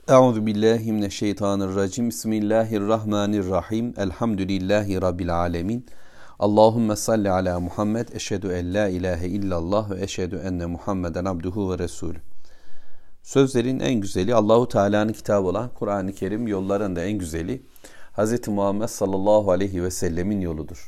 Euzubillahimineşşeytanirracim. Bismillahirrahmanirrahim. Elhamdülillahi Rabbil alemin. Allahümme salli ala Muhammed. Eşhedü en la ilahe illallah ve eşhedü enne Muhammeden abduhu ve resulü. Sözlerin en güzeli Allahu Teala'nın kitabı olan Kur'an-ı Kerim, yolların da en güzeli Hz. Muhammed sallallahu aleyhi ve sellemin yoludur.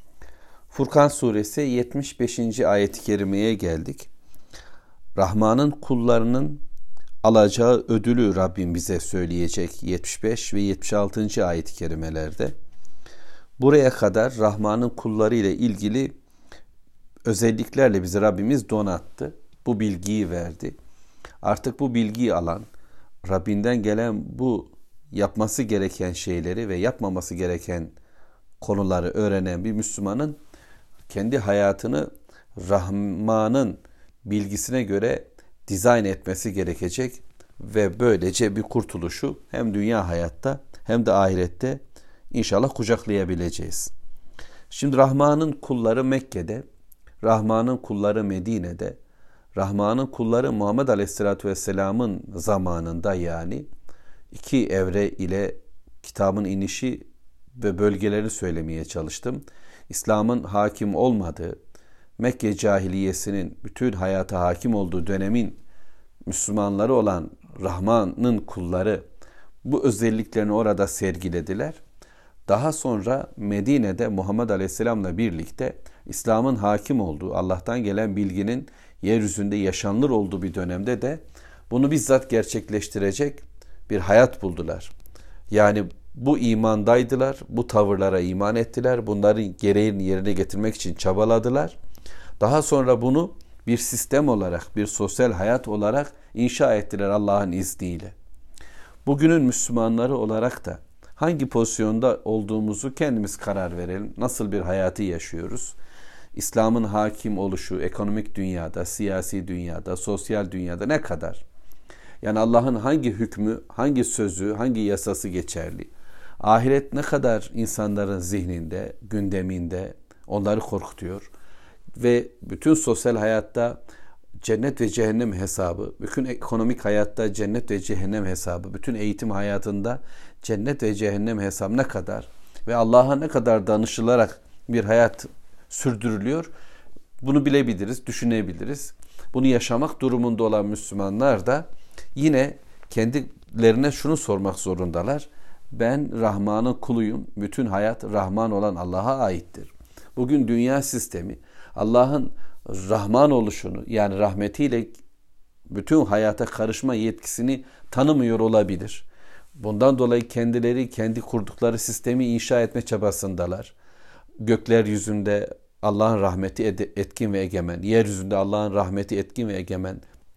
Furkan suresi 75. ayet-i kerimeye geldik. Rahman'ın kullarının alacağı ödülü Rabbim bize söyleyecek 75 ve 76. ayet-i kerimelerde. Buraya kadar Rahman'ın kulları ile ilgili özelliklerle bizi Rabbimiz donattı. Bu bilgiyi verdi. Artık bu bilgiyi alan, Rabbinden gelen bu yapması gereken şeyleri ve yapmaması gereken konuları öğrenen bir Müslümanın kendi hayatını Rahman'ın bilgisine göre dizayn etmesi gerekecek ve böylece bir kurtuluşu hem dünya hayatta hem de ahirette inşallah kucaklayabileceğiz. Şimdi Rahman'ın kulları Mekke'de, Rahman'ın kulları Medine'de, Rahman'ın kulları Muhammed Aleyhisselatü Vesselam'ın zamanında, yani iki evre ile kitabın inişi ve bölgelerini söylemeye çalıştım. İslam'ın hakim olmadığı, Mekke cahiliyesinin bütün hayata hakim olduğu dönemin Müslümanları olan Rahman'ın kulları bu özelliklerini orada sergilediler. Daha sonra Medine'de Muhammed Aleyhisselam'la birlikte İslam'ın hakim olduğu, Allah'tan gelen bilginin yeryüzünde yaşanılır olduğu bir dönemde de bunu bizzat gerçekleştirecek bir hayat buldular. Yani bu imandaydılar, bu tavırlara iman ettiler, bunların gereğini yerine getirmek için çabaladılar. Daha sonra bunu bir sistem olarak, bir sosyal hayat olarak inşa ettiler Allah'ın izniyle. Bugünün Müslümanları olarak da hangi pozisyonda olduğumuzu kendimiz karar verelim. Nasıl bir hayatı yaşıyoruz? İslam'ın hakim oluşu ekonomik dünyada, siyasi dünyada, sosyal dünyada ne kadar? Yani Allah'ın hangi hükmü, hangi sözü, hangi yasası geçerli? Ahiret ne kadar insanların zihninde, gündeminde, onları korkutuyor? Ve bütün sosyal hayatta cennet ve cehennem hesabı, bütün ekonomik hayatta cennet ve cehennem hesabı, bütün eğitim hayatında cennet ve cehennem hesabı ne kadar ve Allah'a ne kadar danışılarak bir hayat sürdürülüyor, bunu bilebiliriz, düşünebiliriz. Bunu yaşamak durumunda olan Müslümanlar da yine kendilerine şunu sormak zorundalar: ben Rahman'ın kuluyum, bütün hayat Rahman olan Allah'a aittir. Bugün dünya sistemi Allah'ın Rahman oluşunu, yani rahmetiyle bütün hayata karışma yetkisini tanımıyor olabilir. Bundan dolayı kendileri kendi kurdukları sistemi inşa etme çabasındalar. Gökler yüzünde Allah'ın rahmeti etkin ve egemen, yeryüzünde Allah'ın rahmeti etkin ve egemen,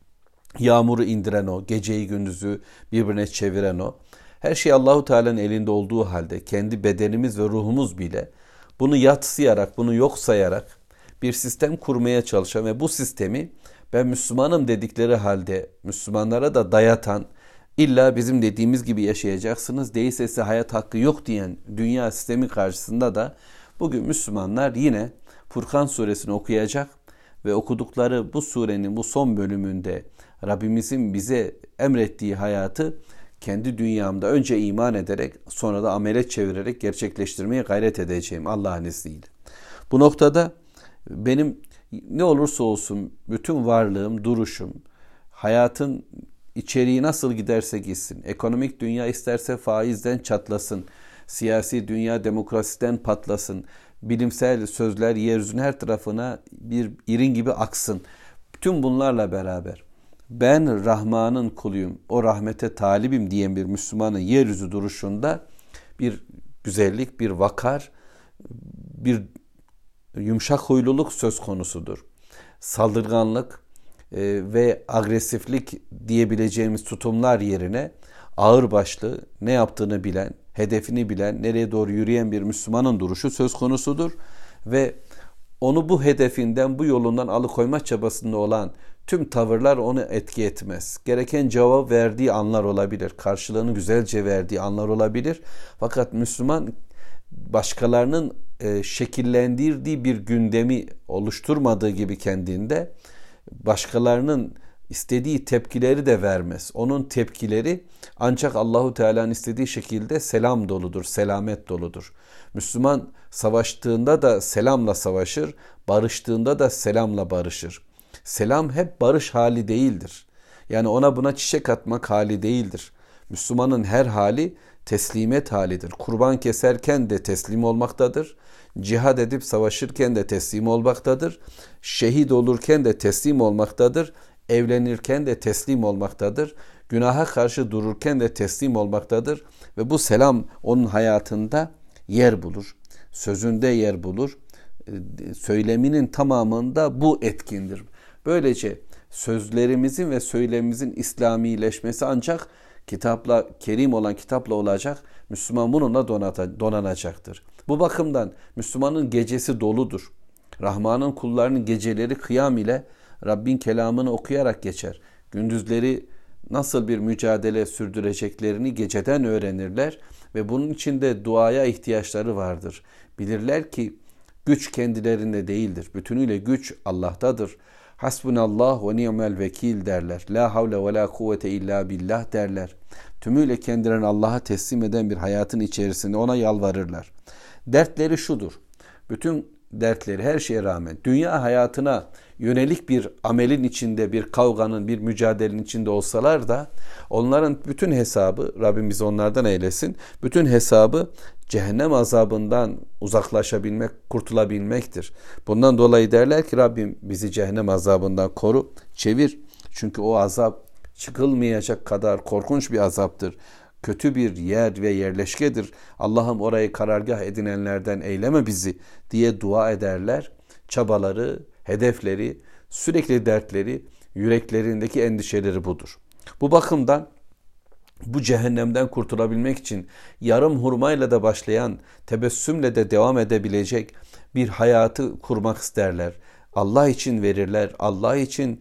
yağmuru indiren o, geceyi gündüzü birbirine çeviren o. Her şey Allahu Teala'nın elinde olduğu halde kendi bedenimiz ve ruhumuz bile bunu yatsıyarak, bunu yok sayarak bir sistem kurmaya çalışan ve bu sistemi ben Müslümanım dedikleri halde Müslümanlara da dayatan, illa bizim dediğimiz gibi yaşayacaksınız, değilse size hayat hakkı yok diyen dünya sistemi karşısında da bugün Müslümanlar yine Furkan suresini okuyacak ve okudukları bu surenin bu son bölümünde Rabbimizin bize emrettiği hayatı kendi dünyamda önce iman ederek sonra da amele çevirerek gerçekleştirmeye gayret edeceğim Allah'ın izniyle. Bu noktada benim ne olursa olsun bütün varlığım, duruşum, hayatın içeriği nasıl giderse gitsin, ekonomik dünya isterse faizden çatlasın, siyasi dünya demokrasiden patlasın, bilimsel sözler yeryüzünün her tarafına bir irin gibi aksın. Bütün bunlarla beraber ben Rahman'ın kuluyum, o rahmete talibim diyen bir Müslümanın yeryüzü duruşunda bir güzellik, bir vakar, bir yumuşak huyluluk söz konusudur. Saldırganlık ve agresiflik diyebileceğimiz tutumlar yerine ağırbaşlı, ne yaptığını bilen, hedefini bilen, nereye doğru yürüyen bir Müslümanın duruşu söz konusudur. Ve onu bu hedefinden, bu yolundan alıkoyma çabasında olan tüm tavırlar onu etki etmez. Gereken cevap verdiği anlar olabilir, karşılığını güzelce verdiği anlar olabilir. Fakat Müslüman başkalarının şekillendirdiği bir gündemi oluşturmadığı gibi kendinde, başkalarının istediği tepkileri de vermez. Onun tepkileri ancak Allahu Teala'nın istediği şekilde selam doludur, selamet doludur. Müslüman savaştığında da selamla savaşır, barıştığında da selamla barışır. Selam hep barış hali değildir. Yani ona buna çiçek atmak hali değildir. Müslümanın her hali teslimet halidir. Kurban keserken de teslim olmaktadır. Cihad edip savaşırken de teslim olmaktadır. Şehit olurken de teslim olmaktadır. Evlenirken de teslim olmaktadır. Günaha karşı dururken de teslim olmaktadır. Ve bu selam onun hayatında yer bulur. Sözünde yer bulur. Söyleminin tamamında bu etkindir. Böylece sözlerimizin ve söylemimizin İslamileşmesi ancak kitapla, kerim olan kitapla olacak. Müslüman bununla donanacaktır. Bu bakımdan Müslümanın gecesi doludur. Rahman'ın kullarının geceleri kıyam ile Rabbin kelamını okuyarak geçer. Gündüzleri nasıl bir mücadele sürdüreceklerini geceden öğrenirler ve bunun için de duaya ihtiyaçları vardır. Bilirler ki güç kendilerinde değildir. Bütünüyle güç Allah'tadır. Hasbunallah ve ni'mel vekil derler. La havle ve la kuvvete illa billah derler. Tümüyle kendilerini Allah'a teslim eden bir hayatın içerisinde ona yalvarırlar. Dertleri şudur. Bütün dertleri her şeye rağmen dünya hayatına yönelik bir amelin içinde, bir kavganın, bir mücadelenin içinde olsalar da onların bütün hesabı, Rabbim bizi onlardan eylesin, bütün hesabı cehennem azabından uzaklaşabilmek, kurtulabilmektir. Bundan dolayı derler ki Rabbim bizi cehennem azabından koru, çevir. Çünkü o azap çıkılmayacak kadar korkunç bir azaptır. Kötü bir yer ve yerleşkedir. Allah'ım orayı karargah edinenlerden eyleme bizi diye dua ederler. Çabaları, hedefleri, sürekli dertleri, yüreklerindeki endişeleri budur. Bu bakımdan bu cehennemden kurtulabilmek için yarım hurmayla da başlayan, tebessümle de devam edebilecek bir hayatı kurmak isterler. Allah için verirler, Allah için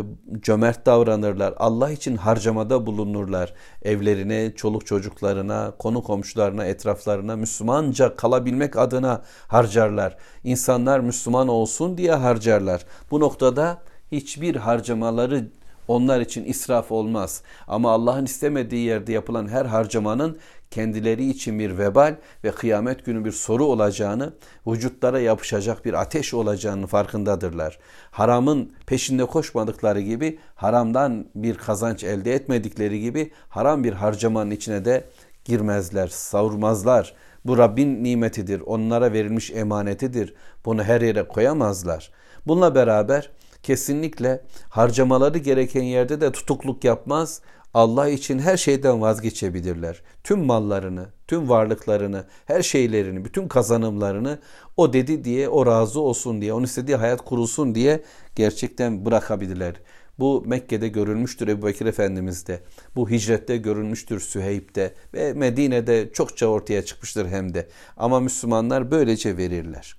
cömert davranırlar, Allah için harcamada bulunurlar. Evlerine, çoluk çocuklarına, konu komşularına, etraflarına Müslümanca kalabilmek adına harcarlar. İnsanlar Müslüman olsun diye harcarlar. Bu noktada hiçbir harcamaları onlar için israf olmaz. Ama Allah'ın istemediği yerde yapılan her harcamanın kendileri için bir vebal ve kıyamet günü bir soru olacağını, vücutlara yapışacak bir ateş olacağını farkındadırlar. Haramın peşinde koşmadıkları gibi, haramdan bir kazanç elde etmedikleri gibi haram bir harcamanın içine de girmezler, savurmazlar. Bu Rabbin nimetidir, onlara verilmiş emanetidir. Bunu her yere koyamazlar. Bununla beraber kesinlikle harcamaları gereken yerde de tutukluk yapmaz. Allah için her şeyden vazgeçebilirler. Tüm mallarını, tüm varlıklarını, her şeylerini, bütün kazanımlarını o dedi diye, o razı olsun diye, onun istediği hayat kurulsun diye gerçekten bırakabilirler. Bu Mekke'de görülmüştür Ebu Bekir Efendimiz'de. Bu hicrette görülmüştür Süheyb'de ve Medine'de çokça ortaya çıkmıştır hem de. Ama Müslümanlar böylece verirler.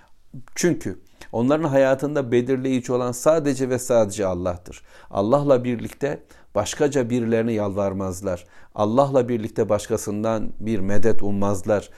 Çünkü onların hayatında belirleyici olan sadece ve sadece Allah'tır. Allah'la birlikte başkaca birilerine yalvarmazlar. Allah'la birlikte başkasından bir medet ummazlar.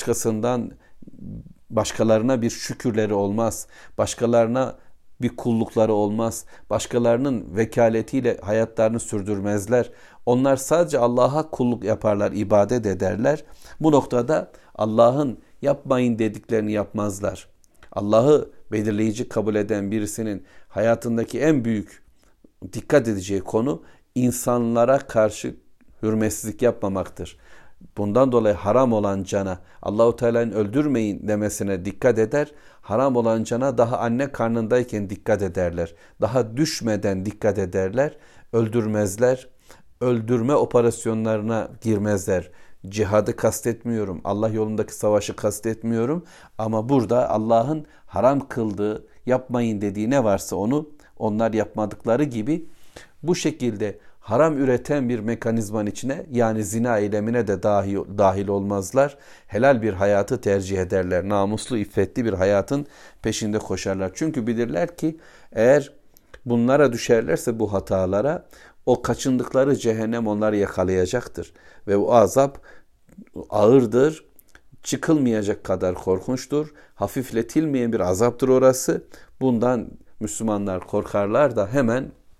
Başkalarına bir şükürleri olmaz. Başkalarına bir kullukları olmaz. Başkalarının vekaletiyle hayatlarını sürdürmezler. Onlar sadece Allah'a kulluk yaparlar, ibadet ederler. Bu noktada Allah'ın yapmayın dediklerini yapmazlar. Allah'ı belirleyici kabul eden birisinin hayatındaki en büyük dikkat edeceği konu insanlara karşı hürmetsizlik yapmamaktır. Bundan dolayı haram olan cana Allahu Teala'nın öldürmeyin demesine dikkat eder. Haram olan cana daha anne karnındayken dikkat ederler. Daha düşmeden dikkat ederler. Öldürmezler. Öldürme operasyonlarına girmezler. Cihadı kastetmiyorum. Allah yolundaki savaşı kastetmiyorum. Ama burada Allah'ın haram kıldığı, yapmayın dediği ne varsa onu onlar yapmadıkları gibi bu şekilde haram üreten bir mekanizmanın içine, yani zina eylemine de dahil olmazlar. Helal bir hayatı tercih ederler. Namuslu, iffetli bir hayatın peşinde koşarlar. Çünkü bilirler ki eğer bunlara düşerlerse, bu hatalara, o kaçındıkları cehennem onları yakalayacaktır. Ve o azap ağırdır, çıkılmayacak kadar korkunçtur, hafifletilmeyen bir azaptır orası. Bundan Müslümanlar korkarlar da hemen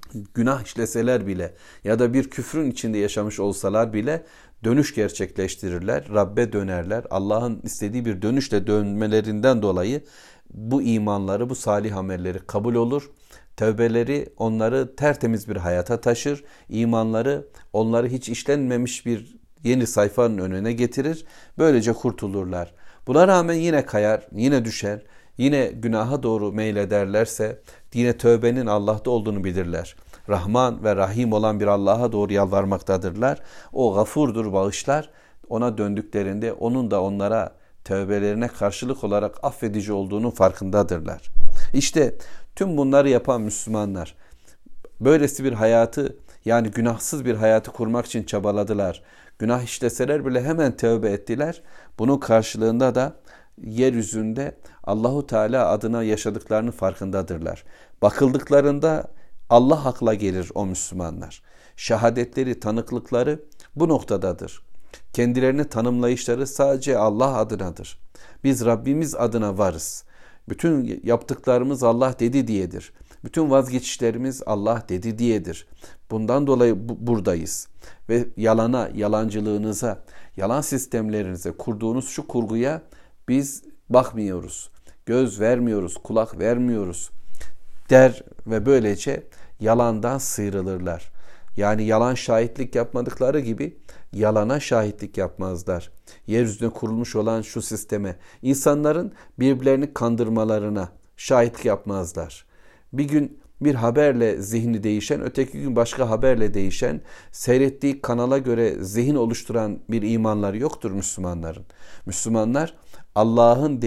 günah işleseler bile ya da bir küfrün içinde yaşamış olsalar bile dönüş gerçekleştirirler. Rabbe dönerler. Allah'ın istediği bir dönüşle dönmelerinden dolayı bu imanları, bu salih amelleri kabul olur. Tövbeleri onları tertemiz bir hayata taşır. İmanları onları hiç işlenmemiş bir yeni sayfanın önüne getirir. Böylece kurtulurlar. Buna rağmen yine kayar, yine düşer, yine günaha doğru meylederlerse yine tövbenin Allah'ta olduğunu bilirler. Rahman ve Rahim olan bir Allah'a doğru yalvarmaktadırlar. O gafurdur, bağışlar. Ona döndüklerinde onun da onlara tövbelerine karşılık olarak affedici olduğunun farkındadırlar. İşte tüm bunları yapan Müslümanlar böylesi bir hayatı, yani günahsız bir hayatı kurmak için çabaladılar. Günah işleseler bile hemen tövbe ettiler. Bunun karşılığında da yeryüzünde Allahu Teala adına yaşadıklarının farkındadırlar. Bakıldıklarında Allah akla gelir o Müslümanlar. Şehadetleri, tanıklıkları bu noktadadır. Kendilerini tanımlayışları sadece Allah adınadır. Biz Rabbimiz adına varız. Bütün yaptıklarımız Allah dedi diyedir. Bütün vazgeçişlerimiz Allah dedi diyedir. Bundan dolayı buradayız. Ve yalana, yalancılığınıza, yalan sistemlerinize, kurduğunuz şu kurguya biz bakmıyoruz. Göz vermiyoruz, kulak vermiyoruz der ve böylece yalandan sıyrılırlar. Yani yalan şahitlik yapmadıkları gibi yalana şahitlik yapmazlar. Yeryüzüne kurulmuş olan şu sisteme, insanların birbirlerini kandırmalarına şahitlik yapmazlar. Bir gün bir haberle zihni değişen, öteki gün başka haberle değişen, seyrettiği kanala göre zihin oluşturan bir imanları yoktur Müslümanların. Müslümanlar Allah'ın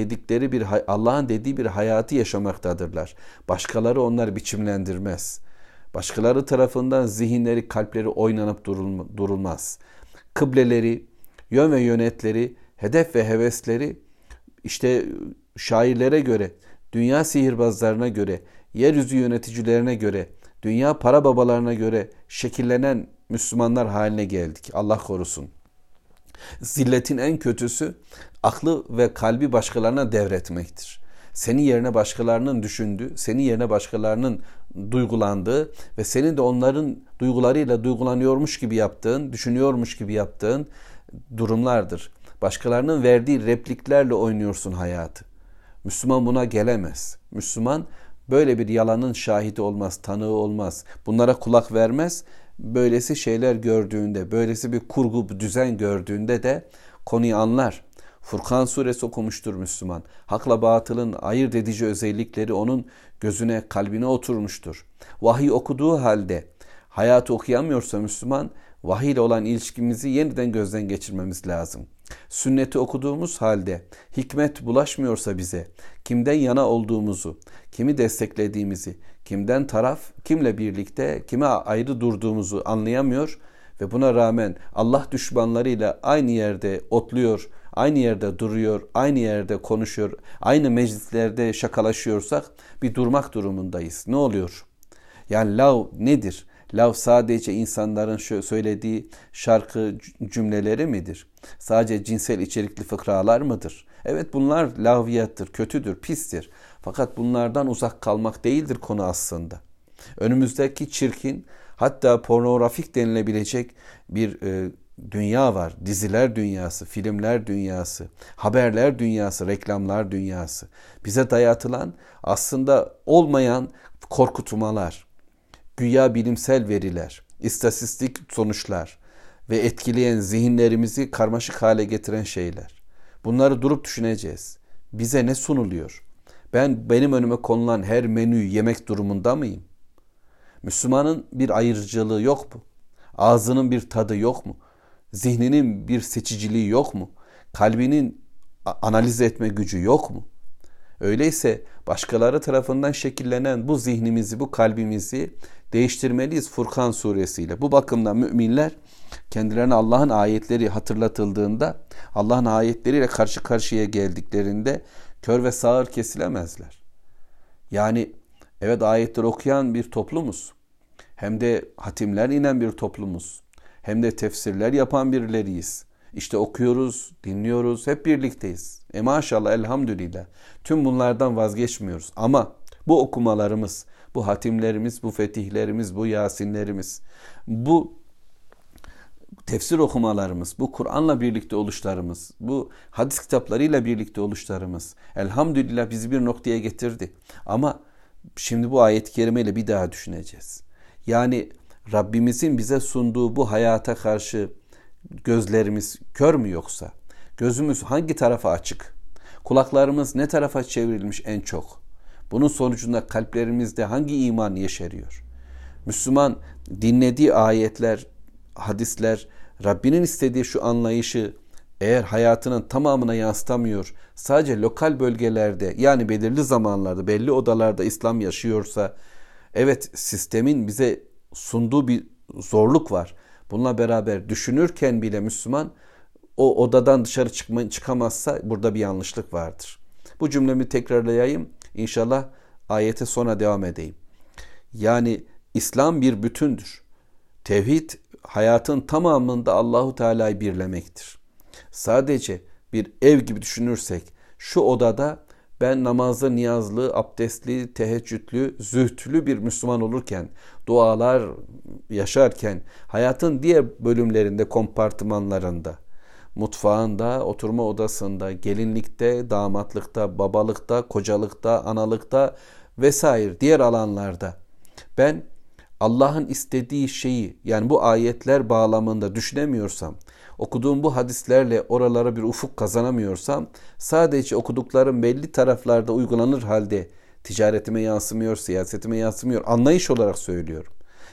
dediği bir hayatı yaşamaktadırlar. Başkaları onları biçimlendirmez. Başkaları tarafından zihinleri, kalpleri oynanıp durulmaz. Kıbleleri, yön ve yönetleri, hedef ve hevesleri işte şairlere göre, dünya sihirbazlarına göre, yeryüzü yöneticilerine göre, dünya para babalarına göre şekillenen Müslümanlar haline geldik. Allah korusun. Zilletin en kötüsü aklı ve kalbi başkalarına devretmektir. Senin yerine başkalarının düşündüğü, senin yerine başkalarının duygulandığı ve senin de onların duygularıyla duygulanıyormuş gibi yaptığın, düşünüyormuş gibi yaptığın durumlardır. Başkalarının verdiği repliklerle oynuyorsun hayatı. Müslüman buna gelemez. Müslüman böyle bir yalanın şahidi olmaz, tanığı olmaz. Bunlara kulak vermez. Böylesi şeyler gördüğünde, böylesi bir kurgu, bir düzen gördüğünde de konuyu anlar. Furkan suresi okumuştur Müslüman. Hakla batılın ayırt edici özellikleri onun gözüne, kalbine oturmuştur. Vahiy okuduğu halde hayatı okuyamıyorsa Müslüman, vahiy ile olan ilişkimizi yeniden gözden geçirmemiz lazım. Sünneti okuduğumuz halde hikmet bulaşmıyorsa bize, kimden yana olduğumuzu, kimi desteklediğimizi, kimden taraf, kimle birlikte, kime ayrı durduğumuzu anlayamıyor ve buna rağmen Allah düşmanlarıyla aynı yerde otluyor, aynı yerde duruyor, aynı yerde konuşuyor, aynı meclislerde şakalaşıyorsak bir durmak durumundayız. Ne oluyor? Yani lav nedir? Lav sadece insanların söylediği şarkı cümleleri midir? Sadece cinsel içerikli fıkralar mıdır? Evet, bunlar lavviyattır, kötüdür, pistir. Fakat bunlardan uzak kalmak değildir konu aslında. Önümüzdeki çirkin, hatta pornografik denilebilecek bir dünya var. Diziler dünyası, filmler dünyası, haberler dünyası, reklamlar dünyası. Bize dayatılan aslında olmayan korkutmalar, güya bilimsel veriler, istatistik sonuçlar ve etkileyen zihinlerimizi karmaşık hale getiren şeyler. Bunları durup düşüneceğiz. Bize ne sunuluyor? Benim önüme konulan her menüyü yemek durumunda mıyım? Müslümanın bir ayrıcılığı yok mu? Ağzının bir tadı yok mu? Zihninin bir seçiciliği yok mu? Kalbinin analiz etme gücü yok mu? Öyleyse başkaları tarafından şekillenen bu zihnimizi, bu kalbimizi değiştirmeliyiz Furkan suresiyle. Bu bakımdan müminler kendilerine Allah'ın ayetleri hatırlatıldığında, Allah'ın ayetleriyle karşı karşıya geldiklerinde kör ve sağır kesilemezler. Yani evet, ayetleri okuyan bir toplumuz. Hem de hatimler inen bir toplumuz. Hem de tefsirler yapan birileriyiz. İşte okuyoruz, dinliyoruz, hep birlikteyiz. Maşallah, elhamdülillah. Tüm bunlardan vazgeçmiyoruz. Ama bu okumalarımız, bu bu hatimlerimiz, bu fetihlerimiz, bu yasinlerimiz, bu tefsir okumalarımız, bu Kur'an'la birlikte oluşlarımız, bu hadis kitaplarıyla birlikte oluşlarımız elhamdülillah bizi bir noktaya getirdi. Ama şimdi bu ayet-i kerimeyle bir daha düşüneceğiz. Yani Rabbimizin bize sunduğu bu hayata karşı gözlerimiz kör mü yoksa? Gözümüz hangi tarafa açık? Kulaklarımız ne tarafa çevrilmiş en çok? Bunun sonucunda kalplerimizde hangi iman yeşeriyor? Müslüman dinlediği ayetler, hadisler, Rabbinin istediği şu anlayışı eğer hayatının tamamına yansıtamıyor, sadece lokal bölgelerde yani belirli zamanlarda, belli odalarda İslam yaşıyorsa, evet sistemin bize sunduğu bir zorluk var. Bununla beraber düşünürken bile Müslüman o odadan dışarı çıkamazsa burada bir yanlışlık vardır. Bu cümlemi tekrarlayayım. İnşallah ayete sonra devam edeyim. Yani İslam bir bütündür. Tevhid hayatın tamamında Allahu Teala'yı birlemektir. Sadece bir ev gibi düşünürsek şu odada ben namazlı, niyazlı, abdestli, teheccüdlü, zühdlü bir Müslüman olurken, dualar yaşarken hayatın diğer bölümlerinde, kompartımanlarında, mutfağında, oturma odasında, gelinlikte, damatlıkta, babalıkta, kocalıkta, analıkta vesaire diğer alanlarda ben Allah'ın istediği şeyi yani bu ayetler bağlamında düşünemiyorsam, okuduğum bu hadislerle oralara bir ufuk kazanamıyorsam, sadece okuduklarım belli taraflarda uygulanır halde ticaretime yansımıyor, siyasetime yansımıyor, anlayış olarak söylüyorum.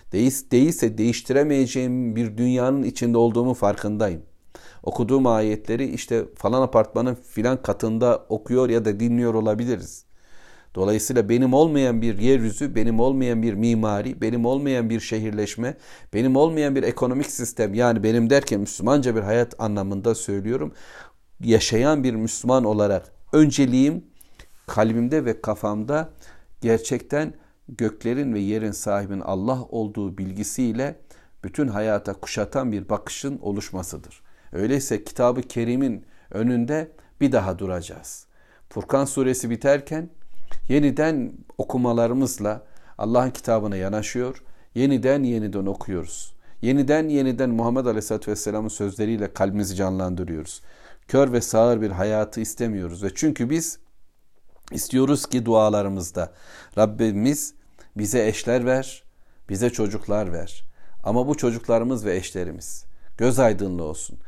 Değilse değiştiremeyeceğim bir dünyanın içinde olduğumu farkındayım. Okuduğum ayetleri işte falan apartmanın filan katında okuyor ya da dinliyor olabiliriz. Dolayısıyla benim olmayan bir yeryüzü, benim olmayan bir mimari, benim olmayan bir şehirleşme, benim olmayan bir ekonomik sistem, yani benim derken Müslümanca bir hayat anlamında söylüyorum. Yaşayan bir Müslüman olarak önceliğim kalbimde ve kafamda gerçekten göklerin ve yerin sahibinin Allah olduğu bilgisiyle bütün hayata kuşatan bir bakışın oluşmasıdır. Öyleyse Kitab-ı Kerim'in önünde bir daha duracağız. Furkan suresi biterken yeniden okumalarımızla Allah'ın kitabına yanaşıyor, yeniden okuyoruz. Yeniden Muhammed Aleyhisselatü Vesselam'ın sözleriyle kalbimizi canlandırıyoruz. Kör ve sağır bir hayatı istemiyoruz ve çünkü biz istiyoruz ki dualarımızda Rabbimiz bize eşler ver, bize çocuklar ver. Ama bu çocuklarımız ve eşlerimiz göz aydınlığı olsun.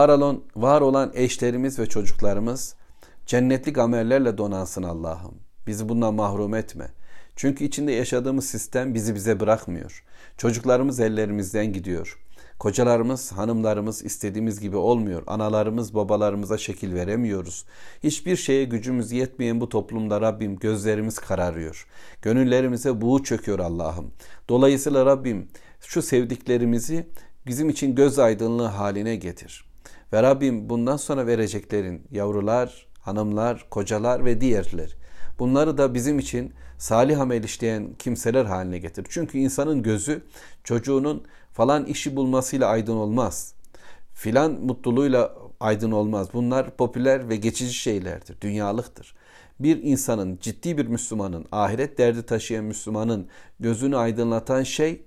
Var olan eşlerimiz ve çocuklarımız cennetlik amellerle donansın Allah'ım. Bizi bundan mahrum etme. Çünkü içinde yaşadığımız sistem bize bırakmıyor. Çocuklarımız ellerimizden gidiyor. Kocalarımız, hanımlarımız istediğimiz gibi olmuyor. Analarımız, babalarımıza şekil veremiyoruz. Hiçbir şeye gücümüz yetmeyen bu toplumda Rabbim gözlerimiz kararıyor. Gönüllerimize buğu çöküyor Allah'ım. Dolayısıyla Rabbim şu sevdiklerimizi bizim için göz aydınlığı haline getir. Ve Rabbim bundan sonra vereceklerin yavrular, hanımlar, kocalar ve diğerleri. Bunları da bizim için salih amel işleyen kimseler haline getir. Çünkü insanın gözü çocuğunun falan işi bulmasıyla aydın olmaz. Filan mutluluğuyla aydın olmaz. Bunlar popüler ve geçici şeylerdir. Dünyalıktır. Bir insanın, ciddi bir Müslümanın, ahiret derdi taşıyan Müslümanın gözünü aydınlatan şey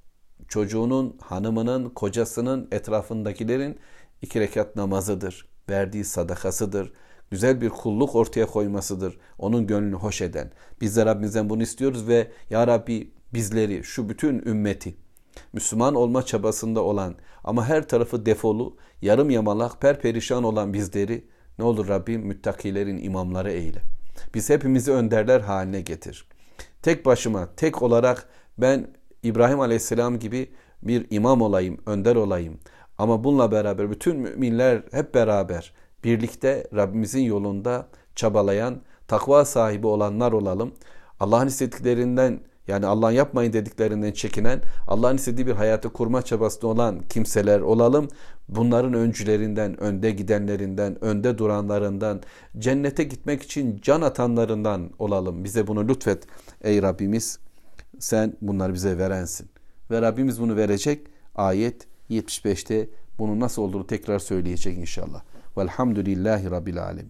çocuğunun, hanımının, kocasının, etrafındakilerin 2 rekat namazıdır. Verdiği sadakasıdır. Güzel bir kulluk ortaya koymasıdır. Onun gönlünü hoş eden. Biz de Rabbimizden bunu istiyoruz ve Ya Rabbi bizleri, şu bütün ümmeti, Müslüman olma çabasında olan ama her tarafı defolu, yarım yamalak, perperişan olan bizleri ne olur Rabbim müttakilerin imamları eyle. Biz hepimizi önderler haline getir. Tek başıma, tek olarak ben İbrahim Aleyhisselam gibi bir imam olayım, önder olayım. Ama bununla beraber bütün müminler hep beraber birlikte Rabbimizin yolunda çabalayan, takva sahibi olanlar olalım. Allah'ın istediklerinden, yani Allah'ın yapmayın dediklerinden çekinen, Allah'ın istediği bir hayatı kurma çabasında olan kimseler olalım. Bunların öncülerinden, önde gidenlerinden, önde duranlarından, cennete gitmek için can atanlarından olalım. Bize bunu lütfet ey Rabbimiz. Sen bunları bize verensin. Ve Rabbimiz bunu verecek. Ayet 75'te bunun nasıl olduğunu tekrar söyleyecek inşallah. Velhamdülillahi Rabbil Alemin.